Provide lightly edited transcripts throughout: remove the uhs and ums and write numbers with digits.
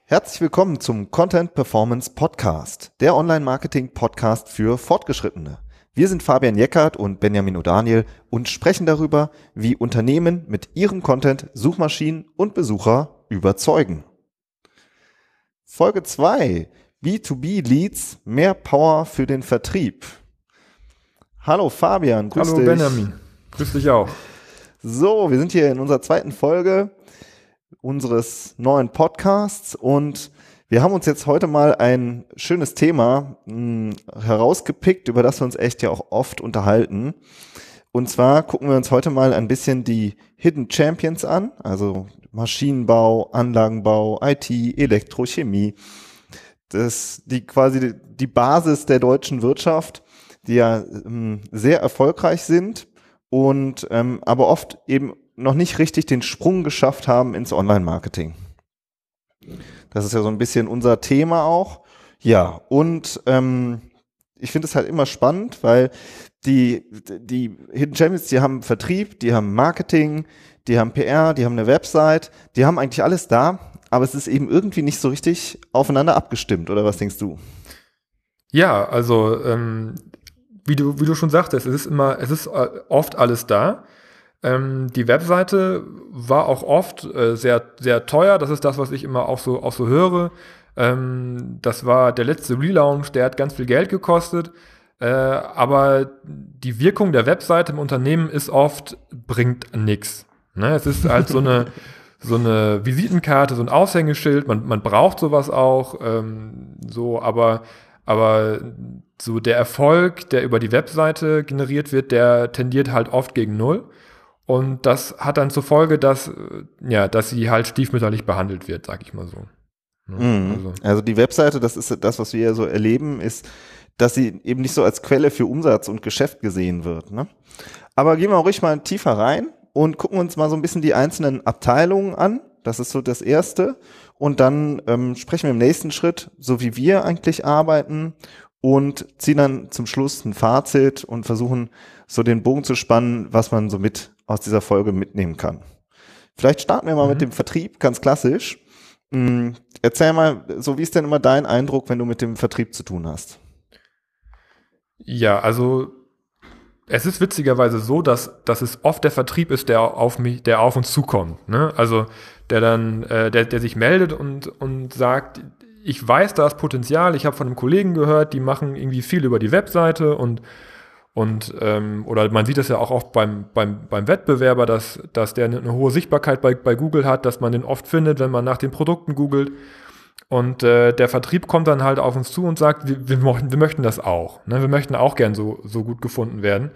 Herzlich willkommen zum Content Performance Podcast, der Online-Marketing-Podcast für Fortgeschrittene. Wir sind Fabian Jeckert und Benjamin O'Daniel und sprechen darüber, wie Unternehmen mit ihrem Content Suchmaschinen und Besucher überzeugen. Folge 2: B2B-Leads, mehr Power für den Vertrieb. Hallo Fabian, grüß dich. Hallo Benjamin, grüß dich auch. So, wir sind hier in unserer zweiten Folge unseres neuen Podcasts und wir haben uns jetzt heute mal ein schönes Thema herausgepickt, über das wir uns echt ja auch oft unterhalten. Und zwar gucken wir uns heute mal ein bisschen die Hidden Champions an, also Maschinenbau, Anlagenbau, IT, Elektrochemie. Das quasi die Basis der deutschen Wirtschaft, die ja sehr erfolgreich sind und aber oft eben noch nicht richtig den Sprung geschafft haben ins Online-Marketing. Das ist ja so ein bisschen unser Thema auch. Ja, und ich finde es halt immer spannend, weil die Hidden Champions, die haben Vertrieb, die haben Marketing, die haben PR, die haben eine Website, die haben eigentlich alles da, aber es ist eben irgendwie nicht so richtig aufeinander abgestimmt, oder was denkst du? Ja, also wie du schon sagtest, es ist oft alles da. Die Webseite war auch oft sehr, sehr teuer. Das ist das, was ich immer auch so höre. Das war der letzte Relaunch, der hat ganz viel Geld gekostet. Aber die Wirkung der Webseite im Unternehmen ist oft, bringt nichts. Ne? Es ist halt so eine Visitenkarte, so ein Aushängeschild. Man braucht sowas auch. Aber so der Erfolg, der über die Webseite generiert wird, der tendiert halt oft gegen Null. Und das hat dann zur Folge, dass sie halt stiefmütterlich behandelt wird, sag ich mal so. Also die Webseite, das ist das, was wir ja so erleben, ist, dass sie eben nicht so als Quelle für Umsatz und Geschäft gesehen wird. Ne? Aber gehen wir auch ruhig mal tiefer rein und gucken uns mal so ein bisschen die einzelnen Abteilungen an. Das ist so das Erste. Und dann sprechen wir im nächsten Schritt, so wie wir eigentlich arbeiten, und ziehen dann zum Schluss ein Fazit und versuchen so den Bogen zu spannen, was man so mit aus dieser Folge mitnehmen kann. Vielleicht starten wir mal mit dem Vertrieb, ganz klassisch. Erzähl mal, so wie ist denn immer dein Eindruck, wenn du mit dem Vertrieb zu tun hast? Ja, also es ist witzigerweise so, dass es oft der Vertrieb ist, der auf uns zukommt. Ne? Also der sich meldet und sagt, ich weiß, da ist Potenzial, ich habe von einem Kollegen gehört, die machen irgendwie viel über die Webseite und oder man sieht es ja auch oft beim Wettbewerber, dass der eine hohe Sichtbarkeit bei Google hat, dass man den oft findet, wenn man nach den Produkten googelt. Und der Vertrieb kommt dann halt auf uns zu und sagt, wir möchten das auch. Ne? Wir möchten auch gern so gut gefunden werden.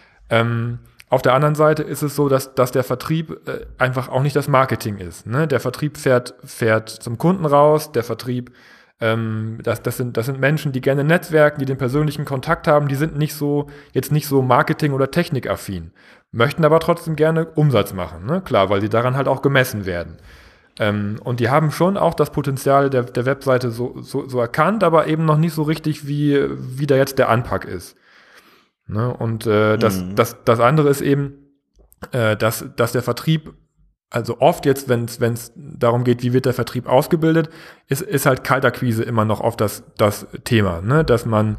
Auf der anderen Seite ist es so, dass der Vertrieb einfach auch nicht das Marketing ist. Ne? Der Vertrieb fährt zum Kunden raus, der Vertrieb das sind Menschen, die gerne netzwerken, die den persönlichen Kontakt haben, die sind nicht so Marketing- oder Technikaffin, möchten aber trotzdem gerne Umsatz machen, ne? Klar, weil sie daran halt auch gemessen werden. Und die haben schon auch das Potenzial der Webseite so erkannt, aber eben noch nicht so richtig, wie da jetzt der Anpack ist. Ne? Und das andere ist eben, dass der Vertrieb, also oft jetzt, wenn es darum geht, wie wird der Vertrieb ausgebildet, ist halt Kaltakquise immer noch oft das Thema, ne? Dass man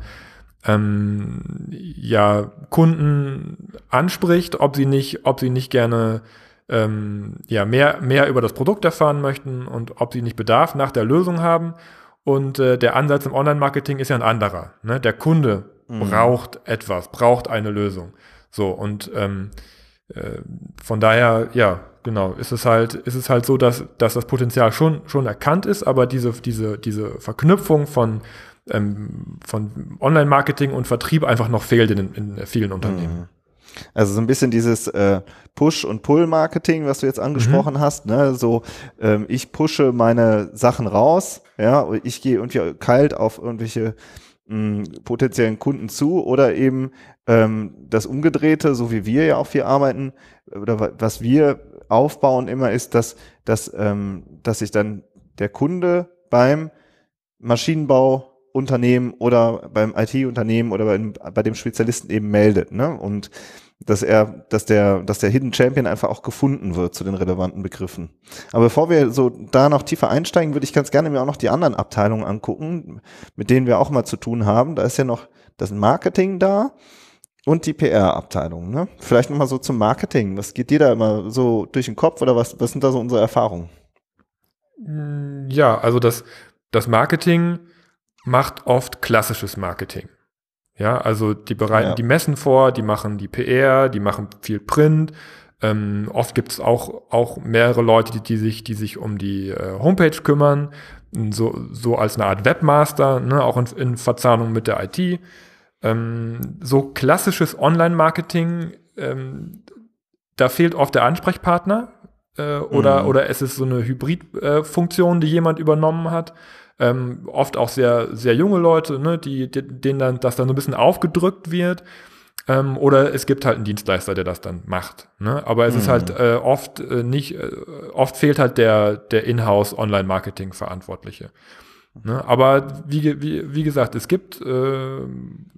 Kunden anspricht, ob sie nicht gerne mehr über das Produkt erfahren möchten und ob sie nicht Bedarf nach der Lösung haben. Und der Ansatz im Online-Marketing ist ja ein anderer. Ne? Der Kunde braucht etwas, braucht eine Lösung. So, und von daher, ja, genau, ist es halt so, dass das Potenzial schon erkannt ist, aber diese Verknüpfung von Online-Marketing und Vertrieb einfach noch fehlt in vielen Unternehmen. Also so ein bisschen dieses Push- und Pull-Marketing, was du jetzt angesprochen hast, ne? So ich pushe meine Sachen raus, ja, ich gehe irgendwie kalt auf irgendwelche potenziellen Kunden zu oder eben das Umgedrehte, so wie wir ja auch viel arbeiten oder was wir aufbauen immer ist, dass sich dann der Kunde beim Maschinenbau Unternehmen oder beim IT-Unternehmen oder bei dem Spezialisten eben meldet, ne? Und dass der Hidden Champion einfach auch gefunden wird zu den relevanten Begriffen. Aber bevor wir so da noch tiefer einsteigen, würde ich ganz gerne mir auch noch die anderen Abteilungen angucken, mit denen wir auch mal zu tun haben. Da ist ja noch das Marketing da und die PR-Abteilung, ne? Vielleicht nochmal so zum Marketing. Was geht dir da immer so durch den Kopf oder was sind da so unsere Erfahrungen? Ja, also das Marketing macht oft klassisches Marketing. Ja, also die bereiten die Messen vor, die machen die PR, die machen viel Print. Oft gibt es auch mehrere Leute, die sich um die Homepage kümmern, so als eine Art Webmaster, ne, auch in Verzahnung mit der IT. So klassisches Online-Marketing, da fehlt oft der Ansprechpartner oder es ist so eine Hybrid-Funktion, die jemand übernommen hat. Oft auch sehr, sehr junge Leute, ne, denen dann das dann so ein bisschen aufgedrückt wird. Oder es gibt halt einen Dienstleister, der das dann macht. Ne? Aber es ist halt oft fehlt halt der Inhouse-Online-Marketing-Verantwortliche. Ne? Aber wie gesagt, es gibt sehr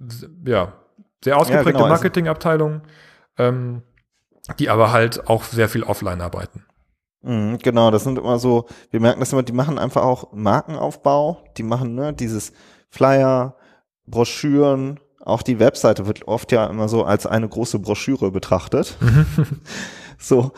ausgeprägte Marketingabteilungen, die aber halt auch sehr viel offline arbeiten. Genau, das sind immer so, wir merken das immer, die machen einfach auch Markenaufbau, die machen, ne, dieses Flyer, Broschüren, auch die Webseite wird oft ja immer so als eine große Broschüre betrachtet. So,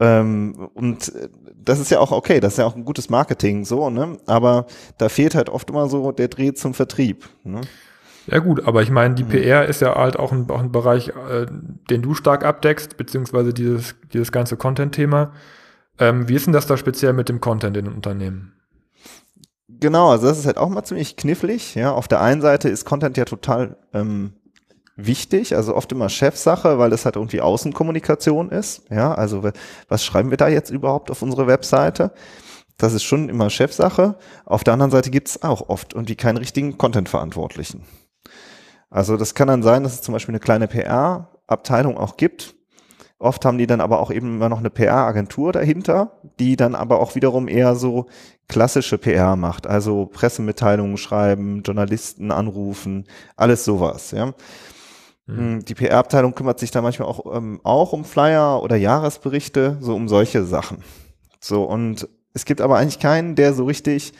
und das ist ja auch okay, das ist ja auch ein gutes Marketing, so, ne, aber da fehlt halt oft immer so der Dreh zum Vertrieb, ne? Ja gut, aber ich meine, die PR ist ja halt auch ein Bereich, den du stark abdeckst, beziehungsweise dieses ganze Content-Thema. Wie ist denn das da speziell mit dem Content in den Unternehmen? Genau, also das ist halt auch mal ziemlich knifflig. Ja, auf der einen Seite ist Content ja total wichtig, also oft immer Chefsache, weil das halt irgendwie Außenkommunikation ist. Ja, also was schreiben wir da jetzt überhaupt auf unsere Webseite? Das ist schon immer Chefsache. Auf der anderen Seite gibt es auch oft irgendwie keinen richtigen Content-Verantwortlichen. Also das kann dann sein, dass es zum Beispiel eine kleine PR-Abteilung auch gibt. Oft haben die dann aber auch eben immer noch eine PR-Agentur dahinter, die dann aber auch wiederum eher so klassische PR macht, also Pressemitteilungen schreiben, Journalisten anrufen, alles sowas, ja. Die PR-Abteilung kümmert sich da manchmal auch um Flyer oder Jahresberichte, so um solche Sachen. So, und es gibt aber eigentlich keinen, der so richtig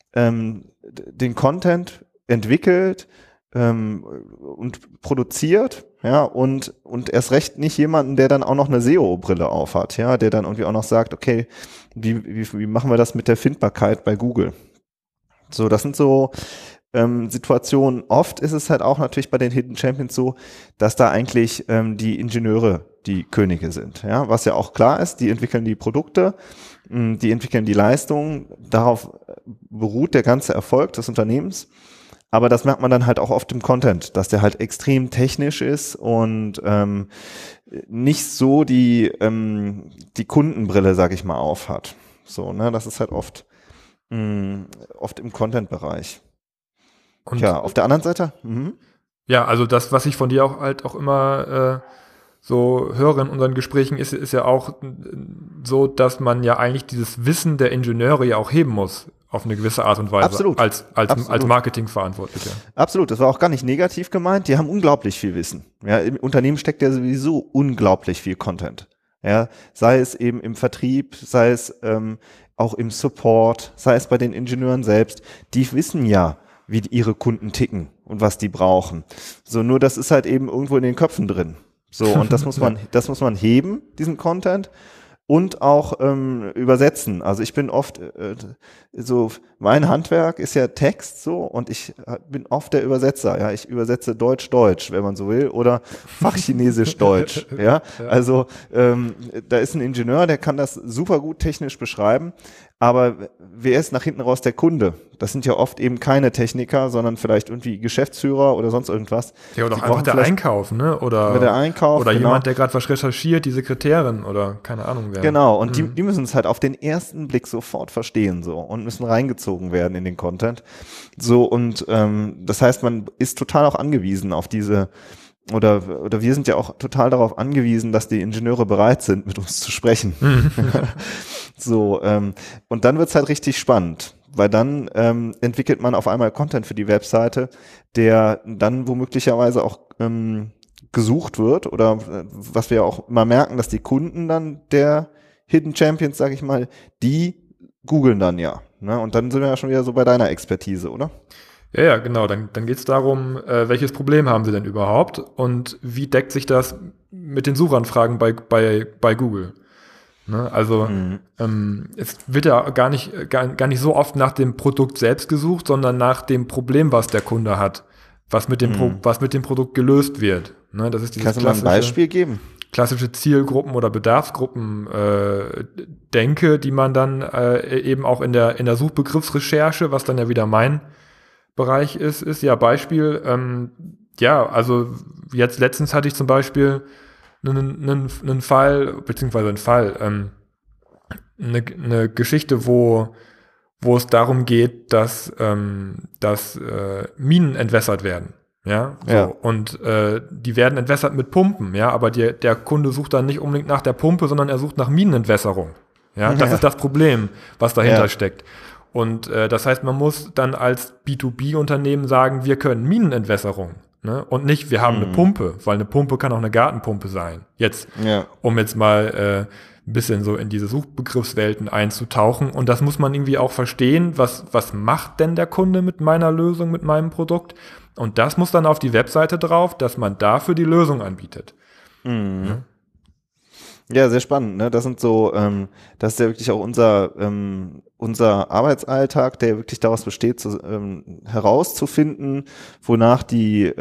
den Content entwickelt und produziert, ja, und erst recht nicht jemanden, der dann auch noch eine SEO-Brille aufhat, ja, der dann irgendwie auch noch sagt, okay, wie machen wir das mit der Findbarkeit bei Google? So, das sind so Situationen. Oft ist es halt auch natürlich bei den Hidden Champions so, dass da eigentlich die Ingenieure die Könige sind, ja, was ja auch klar ist, die entwickeln die Produkte, die entwickeln die Leistungen, darauf beruht der ganze Erfolg des Unternehmens. Aber das merkt man dann halt auch oft im Content, dass der halt extrem technisch ist und nicht so die Kundenbrille, sag ich mal, aufhat. So, ne, das ist halt oft im Content-Bereich. Und ja, auf der anderen Seite? Ja, also das, was ich von dir auch immer so höre in unseren Gesprächen, ist ja auch so, dass man ja eigentlich dieses Wissen der Ingenieure ja auch heben muss. Auf eine gewisse Art und Weise. Absolut. Als Marketingverantwortlicher. Absolut. Das war auch gar nicht negativ gemeint. Die haben unglaublich viel Wissen. Ja, im Unternehmen steckt ja sowieso unglaublich viel Content. Ja, sei es eben im Vertrieb, sei es auch im Support, sei es bei den Ingenieuren selbst. Die wissen ja, wie ihre Kunden ticken und was die brauchen. So, nur das ist halt eben irgendwo in den Köpfen drin. So, und das muss man heben, diesen Content. Und auch übersetzen. Also ich bin oft so, mein Handwerk ist ja Text so und ich bin oft der Übersetzer. Ja, ich übersetze Deutsch-Deutsch, wenn man so will, oder Fachchinesisch-Deutsch. Ja, also da ist ein Ingenieur, der kann das super gut technisch beschreiben. Aber wer ist nach hinten raus der Kunde? Das sind ja oft eben keine Techniker, sondern vielleicht irgendwie Geschäftsführer oder sonst irgendwas. Ja, oder auch einfach der Einkauf, ne? Oder der Einkauf, oder jemand, der gerade was recherchiert, die Sekretärin oder keine Ahnung wer. Genau, und die müssen es halt auf den ersten Blick sofort verstehen so und müssen reingezogen werden in den Content. So, und das heißt, man ist total auch angewiesen auf diese oder wir sind ja auch total darauf angewiesen, dass die Ingenieure bereit sind, mit uns zu sprechen. So, und dann wird's halt richtig spannend. weil dann entwickelt man auf einmal Content für die Webseite, der dann womöglicherweise auch gesucht wird oder was wir auch immer merken, dass die Kunden dann der Hidden Champions, sage ich mal, die googeln dann ja. Ne? Und dann sind wir ja schon wieder so bei deiner Expertise, oder? Ja, genau. Dann geht es darum, welches Problem haben sie denn überhaupt und wie deckt sich das mit den Suchanfragen bei Google? Ne? Also es wird ja gar nicht so oft nach dem Produkt selbst gesucht, sondern nach dem Problem, was der Kunde hat, was mit dem Produkt gelöst wird. Ne? Das ist dieses Kannst du mal ein Beispiel geben? Klassische Zielgruppen oder Bedarfsgruppen denke, die man dann eben auch in der Suchbegriffsrecherche, was dann ja wieder mein Bereich ist ja Beispiel, also jetzt letztens hatte ich zum Beispiel einen Fall, beziehungsweise eine Geschichte, wo es darum geht, dass Minen entwässert werden. Ja, so. Ja. Und die werden entwässert mit Pumpen, ja, aber der Kunde sucht dann nicht unbedingt nach der Pumpe, sondern er sucht nach Minenentwässerung. Ja, das ist das Problem, was dahinter steckt. Und das heißt, man muss dann als B2B-Unternehmen sagen, wir können Minenentwässerung. Ne? Und nicht, wir haben eine Pumpe, weil eine Pumpe kann auch eine Gartenpumpe sein. Jetzt, um jetzt mal ein bisschen so in diese Suchbegriffswelten einzutauchen. Und das muss man irgendwie auch verstehen, was macht denn der Kunde mit meiner Lösung, mit meinem Produkt? Und das muss dann auf die Webseite drauf, dass man dafür die Lösung anbietet. Mhm. Ja, sehr spannend. Ne? Das sind so, das ist ja wirklich auch unser Arbeitsalltag, der wirklich daraus besteht, herauszufinden, wonach die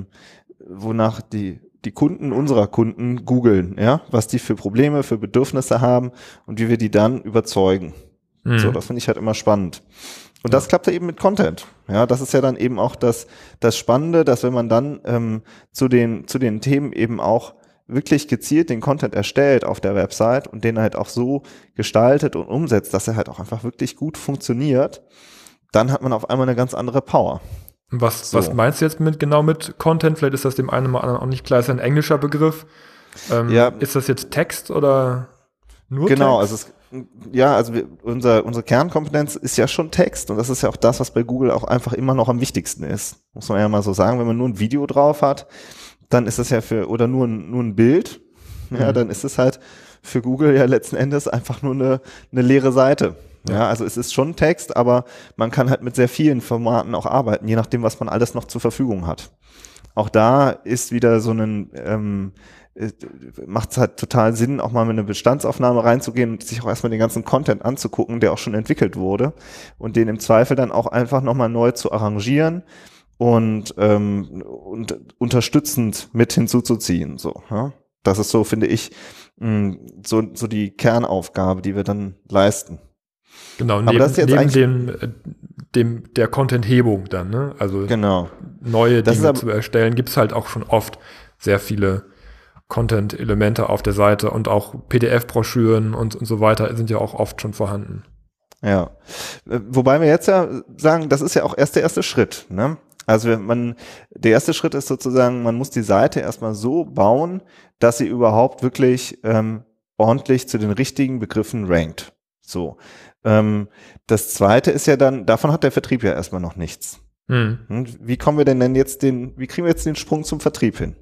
Kunden unserer Kunden googeln, ja, was die für Probleme, für Bedürfnisse haben und wie wir die dann überzeugen. So, das finde ich halt immer spannend. Und das klappt ja eben mit Content. Ja, das ist ja dann eben auch das Spannende, dass wenn man dann zu den Themen eben auch wirklich gezielt den Content erstellt auf der Website und den halt auch so gestaltet und umsetzt, dass er halt auch einfach wirklich gut funktioniert, dann hat man auf einmal eine ganz andere Power. Was meinst du jetzt mit Content? Vielleicht ist das dem einen oder anderen auch nicht klar, ist ein englischer Begriff. Ist das jetzt Text oder nur Text? Also unsere Kernkompetenz ist ja schon Text und das ist ja auch das, was bei Google auch einfach immer noch am wichtigsten ist. Muss man ja mal so sagen, wenn man nur ein Video drauf hat, dann ist das ja oder nur ein Bild, dann ist es halt für Google ja letzten Endes einfach nur eine leere Seite. Ja, also es ist schon Text, aber man kann halt mit sehr vielen Formaten auch arbeiten, je nachdem, was man alles noch zur Verfügung hat. Auch da ist wieder so macht es halt total Sinn, auch mal mit einer Bestandsaufnahme reinzugehen und sich auch erstmal den ganzen Content anzugucken, der auch schon entwickelt wurde und den im Zweifel dann auch einfach nochmal neu zu arrangieren und unterstützend mit hinzuzuziehen. So, ja? Das ist so, finde ich, so die Kernaufgabe, die wir dann leisten. Genau, neben der Content-Hebung dann, ne? Also neue Dinge zu erstellen, gibt es halt auch schon oft sehr viele Content-Elemente auf der Seite und auch PDF-Broschüren und so weiter sind ja auch oft schon vorhanden. Ja, wobei wir jetzt ja sagen, das ist ja auch erst der erste Schritt, ne? Also der erste Schritt ist sozusagen, man muss die Seite erstmal so bauen, dass sie überhaupt wirklich ordentlich zu den richtigen Begriffen rankt. So. Das zweite ist ja dann, davon hat der Vertrieb ja erstmal noch nichts. Wie kriegen wir jetzt den Sprung zum Vertrieb hin?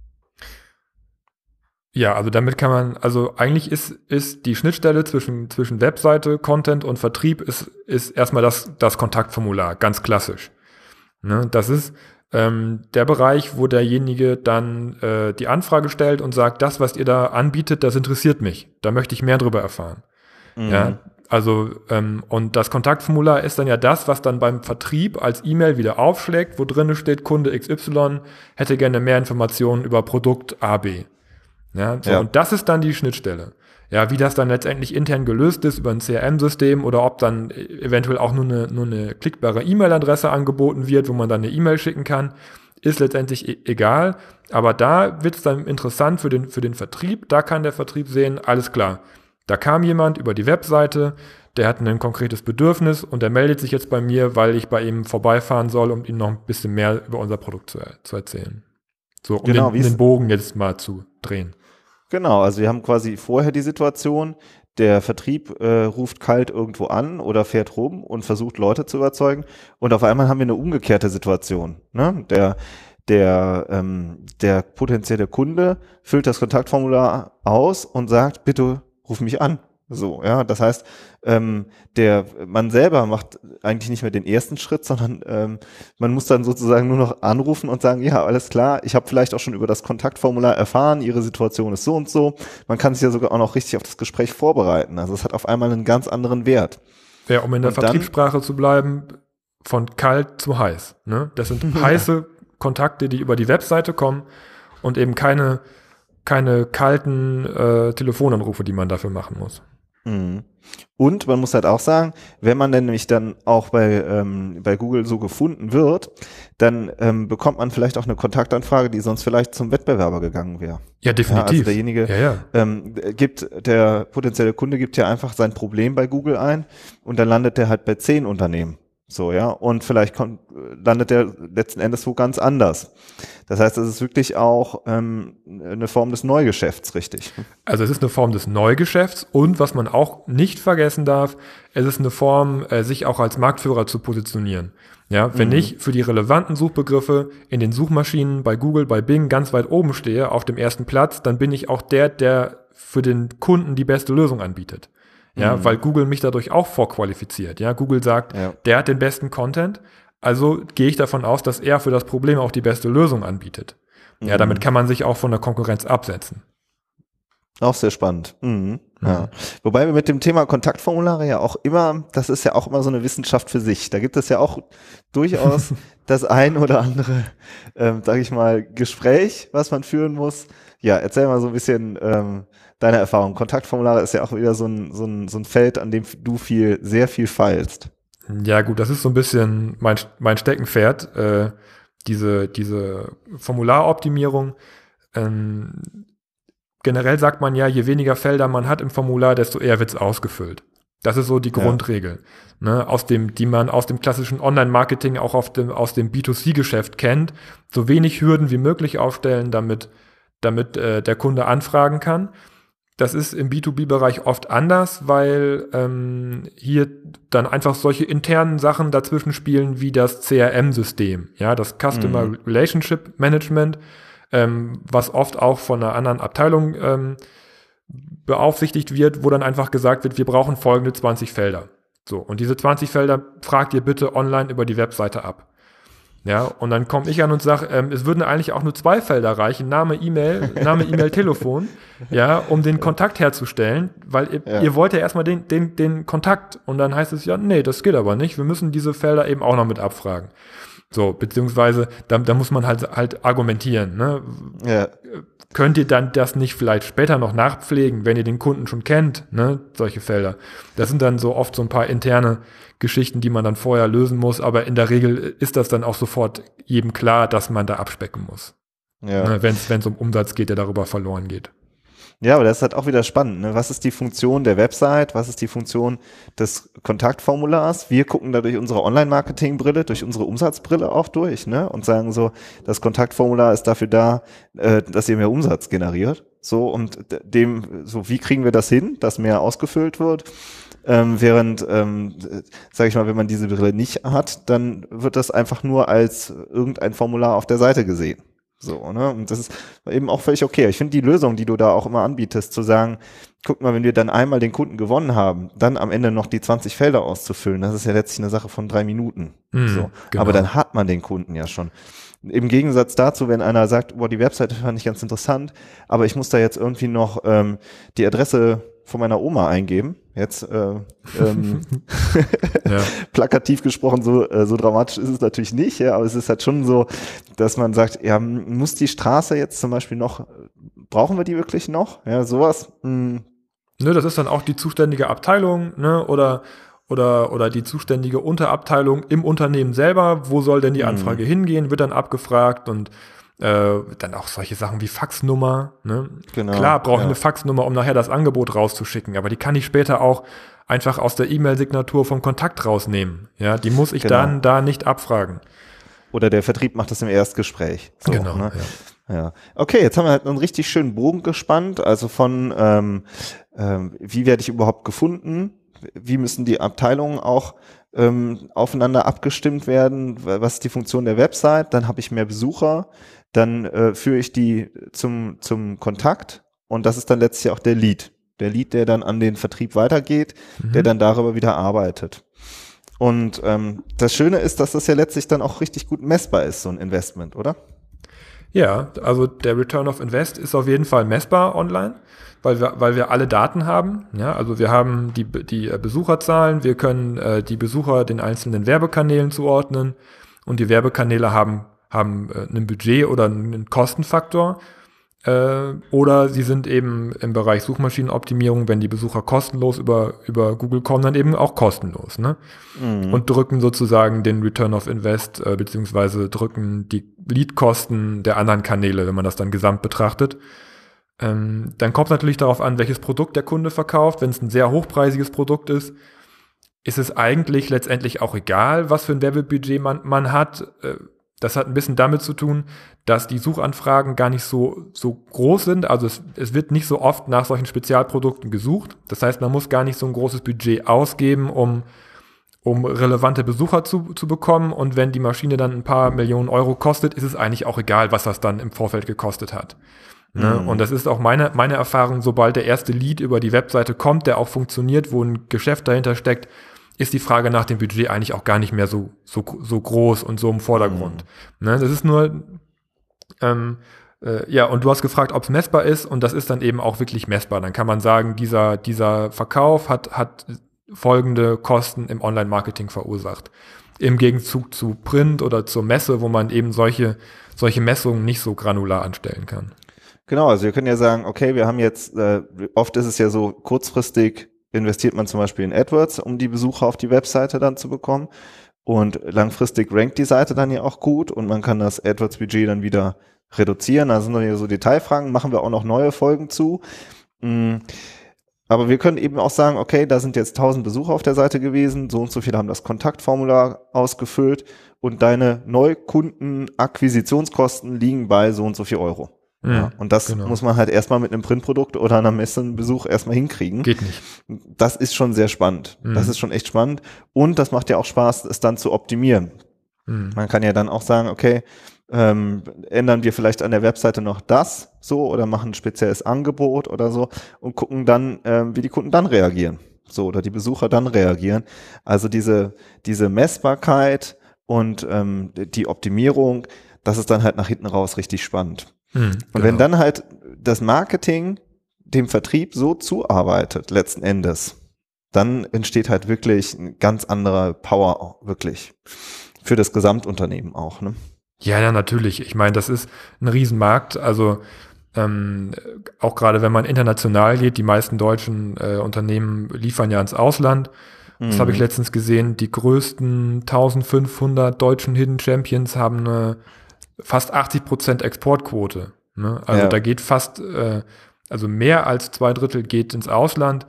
Ja, also damit kann man, also eigentlich ist die Schnittstelle zwischen Webseite, Content und Vertrieb ist erstmal das Kontaktformular, ganz klassisch. Ne? Das ist der Bereich, wo derjenige dann die Anfrage stellt und sagt, das, was ihr da anbietet, das interessiert mich. Da möchte ich mehr drüber erfahren. Ja, also und das Kontaktformular ist dann ja das, was dann beim Vertrieb als E-Mail wieder aufschlägt, wo drin steht, Kunde XY hätte gerne mehr Informationen über Produkt AB. Ja, so, und das ist dann die Schnittstelle. Ja, wie das dann letztendlich intern gelöst ist über ein CRM-System oder ob dann eventuell auch nur eine klickbare E-Mail-Adresse angeboten wird, wo man dann eine E-Mail schicken kann, ist letztendlich egal. Aber da wird es dann interessant für den Vertrieb. Da kann der Vertrieb sehen, alles klar. Da kam jemand über die Webseite, der hat ein konkretes Bedürfnis und der meldet sich jetzt bei mir, weil ich bei ihm vorbeifahren soll, um ihm noch ein bisschen mehr über unser Produkt zu erzählen. So, um den Bogen jetzt mal zu drehen. Genau, also wir haben quasi vorher die Situation, der Vertrieb ruft kalt irgendwo an oder fährt rum und versucht Leute zu überzeugen und auf einmal haben wir eine umgekehrte Situation. Ne? Der potenzielle Kunde füllt das Kontaktformular aus und sagt, bitte ruf mich an. So, ja, das heißt, man selber macht eigentlich nicht mehr den ersten Schritt, sondern man muss dann sozusagen nur noch anrufen und sagen, ja, alles klar, ich habe vielleicht auch schon über das Kontaktformular erfahren, Ihre Situation ist so und so. Man kann sich ja sogar auch noch richtig auf das Gespräch vorbereiten. Also es hat auf einmal einen ganz anderen Wert. Ja, um in der Vertriebssprache zu bleiben, von kalt zu heiß. Ne? Das sind heiße Kontakte, die über die Webseite kommen und eben keine kalten Telefonanrufe, die man dafür machen muss. Und man muss halt auch sagen, wenn man denn nämlich dann auch bei Google so gefunden wird, dann bekommt man vielleicht auch eine Kontaktanfrage, die sonst vielleicht zum Wettbewerber gegangen wäre. Ja, definitiv. Ja, also derjenige der potenzielle Kunde gibt ja einfach sein Problem bei Google ein und dann landet der halt bei 10 Unternehmen. So, ja, und vielleicht landet der letzten Endes wo ganz anders. Das heißt, es ist wirklich auch eine Form des Neugeschäfts, richtig? Also es ist eine Form des Neugeschäfts und was man auch nicht vergessen darf, es ist eine Form, sich auch als Marktführer zu positionieren. Ja, wenn ich für die relevanten Suchbegriffe in den Suchmaschinen bei Google, bei Bing ganz weit oben stehe, auf dem ersten Platz, dann bin ich auch der für den Kunden die beste Lösung anbietet. Ja, weil Google mich dadurch auch vorqualifiziert. Ja, Google sagt, der hat den besten Content, also gehe ich davon aus, dass er für das Problem auch die beste Lösung anbietet. Ja, damit kann man sich auch von der Konkurrenz absetzen. Auch sehr spannend. Ja. Wobei wir mit dem Thema Kontaktformulare ja auch immer, das ist ja auch immer so eine Wissenschaft für sich. Da gibt es ja auch durchaus das ein oder andere, sage ich mal, Gespräch, was man führen muss. Ja, erzähl mal so ein bisschen deine Erfahrung. Kontaktformulare ist ja auch wieder so ein Feld, an dem du sehr viel feilst. Ja gut, das ist so ein bisschen mein Steckenpferd, diese Formularoptimierung. Generell sagt man ja, je weniger Felder man hat im Formular, desto eher wird's ausgefüllt. Das ist so die Grundregel, ne, die man aus dem klassischen Online-Marketing auch aus dem B2C-Geschäft kennt. So wenig Hürden wie möglich aufstellen, damit der Kunde anfragen kann. Das ist im B2B-Bereich oft anders, weil hier dann einfach solche internen Sachen dazwischen spielen wie das CRM-System, ja, das Customer Relationship Management, was oft auch von einer anderen Abteilung beaufsichtigt wird, wo dann einfach gesagt wird, wir brauchen folgende 20 Felder. So, und diese 20 Felder fragt ihr bitte online über die Webseite ab. Ja, und dann komme ich an und sage, es würden eigentlich auch nur 2 Felder reichen, Name, E-Mail, Telefon, ja, um den Kontakt herzustellen, weil ihr wollt ja erstmal den Kontakt und dann heißt es ja, nee, das geht aber nicht, wir müssen diese Felder eben auch noch mit abfragen. So, beziehungsweise, da muss man halt argumentieren, ne? Ja. Könnt ihr dann das nicht vielleicht später noch nachpflegen, wenn ihr den Kunden schon kennt, ne, solche Felder. Das sind dann so oft so ein paar interne Geschichten, die man dann vorher lösen muss, aber in der Regel ist das dann auch sofort jedem klar, dass man da abspecken muss. Ja. Ne, wenn es um Umsatz geht, der darüber verloren geht. Ja, aber das ist halt auch wieder spannend, ne? Was ist die Funktion der Website? Was ist die Funktion des Kontaktformulars? Wir gucken da durch unsere Online-Marketing-Brille, durch unsere Umsatzbrille auch durch, ne? Und sagen so, das Kontaktformular ist dafür da, dass ihr mehr Umsatz generiert. So, und wie kriegen wir das hin, dass mehr ausgefüllt wird? Während, sage ich mal, wenn man diese Brille nicht hat, dann wird das einfach nur als irgendein Formular auf der Seite gesehen. So, ne? Und das ist eben auch völlig okay. Ich finde die Lösung, die du da auch immer anbietest, zu sagen, guck mal, wenn wir dann einmal den Kunden gewonnen haben, dann am Ende noch die 20 Felder auszufüllen, das ist ja letztlich eine Sache von 3 Minuten. So. Genau. Aber dann hat man den Kunden ja schon. Im Gegensatz dazu, wenn einer sagt, boah, die Webseite fand ich ganz interessant, aber ich muss da jetzt irgendwie noch die Adresse von meiner Oma eingeben. Jetzt plakativ gesprochen, so dramatisch ist es natürlich nicht, ja, aber es ist halt schon so, dass man sagt, ja, muss die Straße jetzt zum Beispiel noch, brauchen wir die wirklich noch? Ja, sowas. Ne, das ist dann auch die zuständige Abteilung, ne, oder die zuständige Unterabteilung im Unternehmen selber. Wo soll denn die Anfrage hingehen? Wird dann abgefragt und dann auch solche Sachen wie Faxnummer, ne? Genau, klar brauche ich eine Faxnummer, um nachher das Angebot rauszuschicken, aber die kann ich später auch einfach aus der E-Mail-Signatur vom Kontakt rausnehmen. Ja, die muss ich dann da nicht abfragen. Oder der Vertrieb macht das im Erstgespräch. So, genau. Ne? Ja, okay, jetzt haben wir halt einen richtig schönen Bogen gespannt, also von wie werde ich überhaupt gefunden, wie müssen die Abteilungen auch aufeinander abgestimmt werden, was ist die Funktion der Website, dann habe ich mehr Besucher, dann führe ich die zum Kontakt und das ist dann letztlich auch der Lead, der dann an den Vertrieb weitergeht, der dann darüber wieder arbeitet. Und das Schöne ist, dass das ja letztlich dann auch richtig gut messbar ist, so ein Investment, oder? Ja, also der Return of Invest ist auf jeden Fall messbar online, weil wir alle Daten haben. Ja, also wir haben die Besucherzahlen, wir können die Besucher den einzelnen Werbekanälen zuordnen und die Werbekanäle haben ein Budget oder einen Kostenfaktor. Oder sie sind eben im Bereich Suchmaschinenoptimierung, wenn die Besucher kostenlos über Google kommen, dann eben auch kostenlos, ne? Und drücken sozusagen den Return of Invest, beziehungsweise drücken die Leadkosten der anderen Kanäle, wenn man das dann gesamt betrachtet. Dann kommt natürlich darauf an, welches Produkt der Kunde verkauft. Wenn es ein sehr hochpreisiges Produkt ist, ist es eigentlich letztendlich auch egal, was für ein Werbebudget man hat. Das hat ein bisschen damit zu tun, dass die Suchanfragen gar nicht so groß sind. Also es wird nicht so oft nach solchen Spezialprodukten gesucht. Das heißt, man muss gar nicht so ein großes Budget ausgeben, um relevante Besucher zu bekommen. Und wenn die Maschine dann ein paar Millionen Euro kostet, ist es eigentlich auch egal, was das dann im Vorfeld gekostet hat. Ne? Und das ist auch meine Erfahrung, sobald der erste Lead über die Webseite kommt, der auch funktioniert, wo ein Geschäft dahinter steckt, ist die Frage nach dem Budget eigentlich auch gar nicht mehr so groß und so im Vordergrund. Ne, das ist nur, ja, und du hast gefragt, ob es messbar ist, und das ist dann eben auch wirklich messbar. Dann kann man sagen, dieser Verkauf hat folgende Kosten im Online-Marketing verursacht. Im Gegenzug zu Print oder zur Messe, wo man eben solche Messungen nicht so granular anstellen kann. Genau, also wir können ja sagen, okay, wir haben jetzt, oft ist es ja so kurzfristig, investiert man zum Beispiel in AdWords, um die Besucher auf die Webseite dann zu bekommen. Und langfristig rankt die Seite dann ja auch gut und man kann das AdWords-Budget dann wieder reduzieren. Da sind noch hier so Detailfragen, machen wir auch noch neue Folgen zu. Aber wir können eben auch sagen, okay, da sind jetzt 1000 Besucher auf der Seite gewesen, so und so viele haben das Kontaktformular ausgefüllt und deine Neukundenakquisitionskosten liegen bei so und so viel Euro. Ja, und das muss man halt erstmal mit einem Printprodukt oder einer Messenbesuch erstmal hinkriegen. Geht nicht. Das ist schon sehr spannend. Das ist schon echt spannend. Und das macht ja auch Spaß, es dann zu optimieren. Man kann ja dann auch sagen, okay, ändern wir vielleicht an der Webseite noch das so oder machen ein spezielles Angebot oder so und gucken dann, wie die Kunden dann reagieren. So, oder die Besucher dann reagieren. Also diese Messbarkeit und die Optimierung, das ist dann halt nach hinten raus richtig spannend. Und wenn dann halt das Marketing dem Vertrieb so zuarbeitet, letzten Endes, dann entsteht halt wirklich ein ganz anderer Power, wirklich. Für das Gesamtunternehmen auch, ne? Ja, natürlich. Ich meine, das ist ein Riesenmarkt. Also auch gerade wenn man international geht, die meisten deutschen Unternehmen liefern ja ins Ausland. Das habe ich letztens gesehen. Die größten 1500 deutschen Hidden Champions haben eine fast 80% Exportquote. Ne? Also da geht fast, also mehr als 2/3 geht ins Ausland.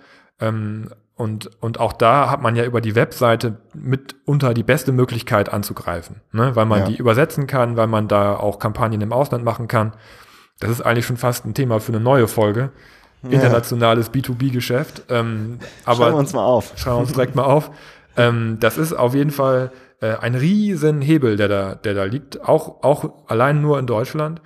Und auch da hat man ja über die Webseite mitunter die beste Möglichkeit anzugreifen, ne? Weil man die übersetzen kann, weil man da auch Kampagnen im Ausland machen kann. Das ist eigentlich schon fast ein Thema für eine neue Folge. Internationales B2B-Geschäft. Aber Schreiben wir uns mal auf. Schreiben wir uns direkt mal auf. Das ist auf jeden Fall ein riesen Hebel, der da liegt, auch allein nur in Deutschland.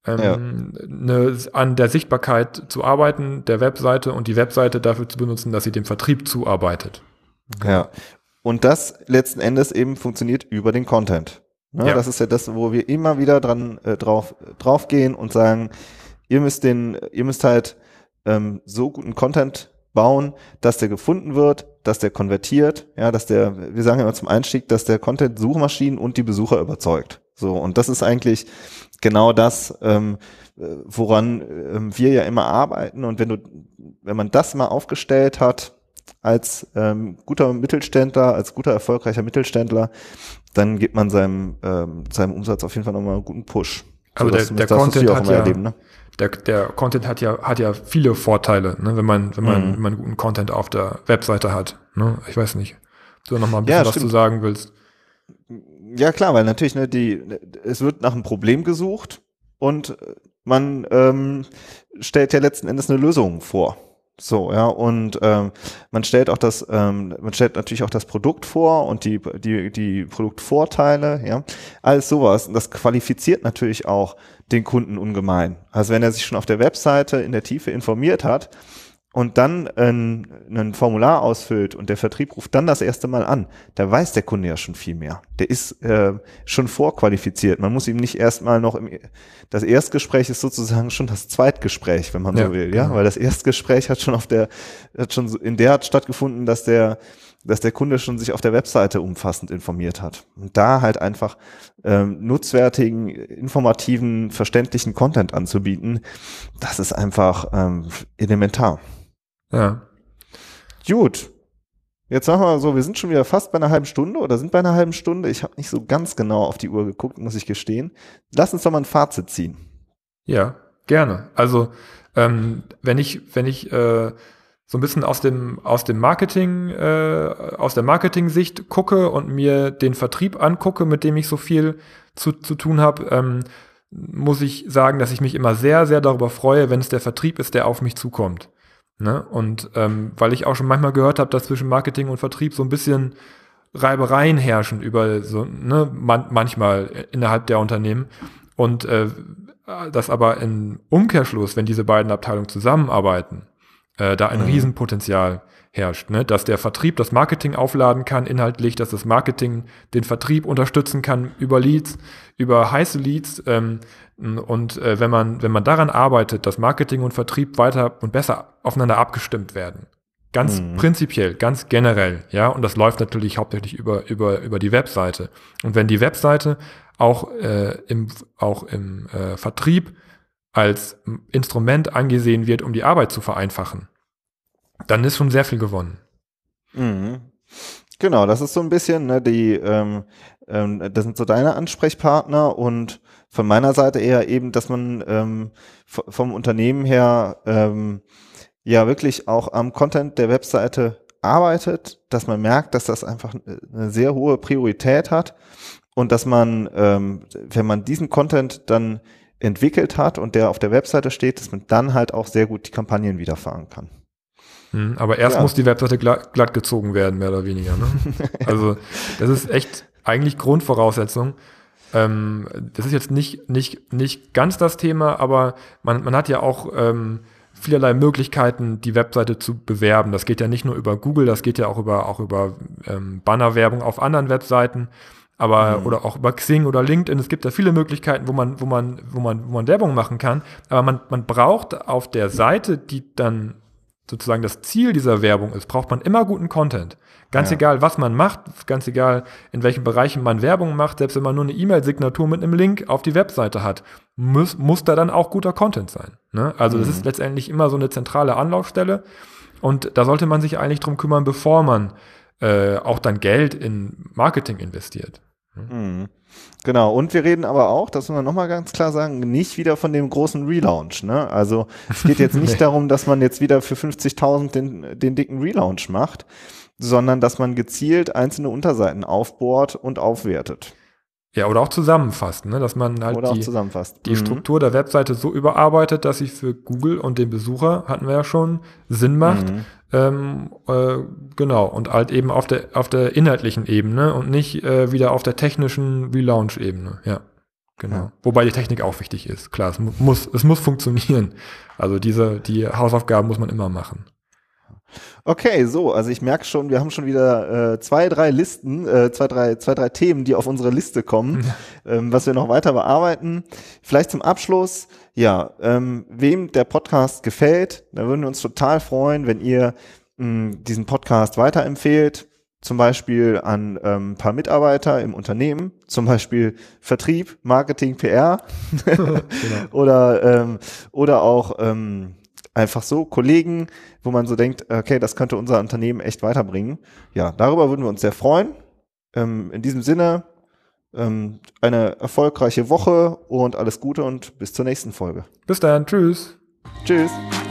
An der Sichtbarkeit zu arbeiten, der Webseite, und die Webseite dafür zu benutzen, dass sie dem Vertrieb zuarbeitet. Ja. Und das letzten Endes eben funktioniert über den Content. Ne? Das ist ja das, wo wir immer wieder drauf gehen und sagen, ihr müsst halt so guten Content bauen, dass der gefunden wird, dass der konvertiert, ja, wir sagen immer zum Einstieg, dass der Content Suchmaschinen und die Besucher überzeugt. So, und das ist eigentlich genau das, woran wir ja immer arbeiten. Und wenn man das mal aufgestellt hat als guter Mittelständler, als guter erfolgreicher Mittelständler, dann gibt man seinem Umsatz auf jeden Fall nochmal einen guten Push. Also der Content hat ja erleben, ne? Der Content hat ja viele Vorteile, ne, wenn man guten Content auf der Webseite hat. Ne? Ich weiß nicht, ob du noch mal ein bisschen was zu sagen willst. Ja klar, weil natürlich es wird nach einem Problem gesucht und man stellt ja letzten Endes eine Lösung vor. So, ja, und man stellt natürlich auch das Produkt vor und die Produktvorteile, ja, alles sowas. Und das qualifiziert natürlich auch den Kunden ungemein. Also wenn er sich schon auf der Webseite in der Tiefe informiert hat und dann ein Formular ausfüllt und der Vertrieb ruft dann das erste Mal an, da weiß der Kunde ja schon viel mehr. Der ist schon vorqualifiziert. Man muss ihm nicht erstmal noch das Erstgespräch ist sozusagen schon das Zweitgespräch, wenn man so will, ja, genau. Weil das Erstgespräch hat schon in der Art stattgefunden, dass der Kunde schon sich auf der Webseite umfassend informiert hat. Und da halt einfach nutzwertigen, informativen, verständlichen Content anzubieten, das ist einfach elementar. Ja. Gut. Jetzt machen wir so, wir sind schon wieder fast bei einer halben Stunde oder sind bei einer halben Stunde. Ich habe nicht so ganz genau auf die Uhr geguckt, muss ich gestehen. Lass uns doch mal ein Fazit ziehen. Ja, gerne. Also wenn ich so ein bisschen aus dem Marketing, aus der Marketing-Sicht gucke und mir den Vertrieb angucke, mit dem ich so viel zu tun habe, muss ich sagen, dass ich mich immer sehr, sehr darüber freue, wenn es der Vertrieb ist, der auf mich zukommt. Ne? Und weil ich auch schon manchmal gehört habe, dass zwischen Marketing und Vertrieb so ein bisschen Reibereien herrschen über so, ne, manchmal innerhalb der Unternehmen. Und dass aber im Umkehrschluss, wenn diese beiden Abteilungen zusammenarbeiten, da ein Riesenpotenzial herrscht, ne? Dass der Vertrieb das Marketing aufladen kann inhaltlich, dass das Marketing den Vertrieb unterstützen kann über Leads, über heiße Leads und wenn man daran arbeitet, dass Marketing und Vertrieb weiter und besser aufeinander abgestimmt werden, ganz prinzipiell, ganz generell, ja, und das läuft natürlich hauptsächlich über die Webseite. Und wenn die Webseite auch im Vertrieb als Instrument angesehen wird, um die Arbeit zu vereinfachen, dann ist schon sehr viel gewonnen. Mhm. Genau, das ist so ein bisschen, ne, das sind so deine Ansprechpartner und von meiner Seite eher eben, dass man vom Unternehmen her ja wirklich auch am Content der Webseite arbeitet, dass man merkt, dass das einfach eine sehr hohe Priorität hat und dass man, wenn man diesen Content dann entwickelt hat und der auf der Webseite steht, dass man dann halt auch sehr gut die Kampagnen wieder fahren kann. Aber erst muss die Webseite glatt gezogen werden, mehr oder weniger. Ne? Also das ist echt eigentlich Grundvoraussetzung. Das ist jetzt nicht ganz das Thema, aber man hat ja auch vielerlei Möglichkeiten, die Webseite zu bewerben. Das geht ja nicht nur über Google, das geht ja auch über Bannerwerbung auf anderen Webseiten. Aber oder auch über Xing oder LinkedIn, es gibt ja viele Möglichkeiten, wo man Werbung machen kann, aber man braucht auf der Seite, die dann sozusagen das Ziel dieser Werbung ist, braucht man immer guten Content. Ganz egal, was man macht, ganz egal, in welchen Bereichen man Werbung macht, selbst wenn man nur eine E-Mail-Signatur mit einem Link auf die Webseite hat, muss da dann auch guter Content sein. Ne? Also das ist letztendlich immer so eine zentrale Anlaufstelle und da sollte man sich eigentlich drum kümmern, bevor man auch dann Geld in Marketing investiert. Genau, und wir reden aber auch, das muss man nochmal ganz klar sagen, nicht wieder von dem großen Relaunch. Ne? Also es geht jetzt nicht darum, dass man jetzt wieder für 50.000 den dicken Relaunch macht, sondern dass man gezielt einzelne Unterseiten aufbohrt und aufwertet. Ja, oder auch zusammenfasst, ne? Dass man halt die Struktur der Webseite so überarbeitet, dass sie für Google und den Besucher, hatten wir ja schon, Sinn macht. Genau, und halt eben auf der inhaltlichen Ebene und nicht wieder auf der technischen Relaunch-Ebene. Ja, genau. Ja. Wobei die Technik auch wichtig ist. Klar, es muss funktionieren. Also die Hausaufgaben muss man immer machen. Okay, so, also ich merke schon, wir haben schon wieder zwei, drei Themen, die auf unsere Liste kommen, was wir noch weiter bearbeiten. Vielleicht zum Abschluss, ja, wem der Podcast gefällt, da würden wir uns total freuen, wenn ihr diesen Podcast weiterempfehlt, zum Beispiel an ein paar Mitarbeiter im Unternehmen, zum Beispiel Vertrieb, Marketing, PR genau. oder auch einfach so Kollegen, wo man so denkt, okay, das könnte unser Unternehmen echt weiterbringen. Ja, darüber würden wir uns sehr freuen. In diesem Sinne, eine erfolgreiche Woche und alles Gute und bis zur nächsten Folge. Bis dann, tschüss. Tschüss.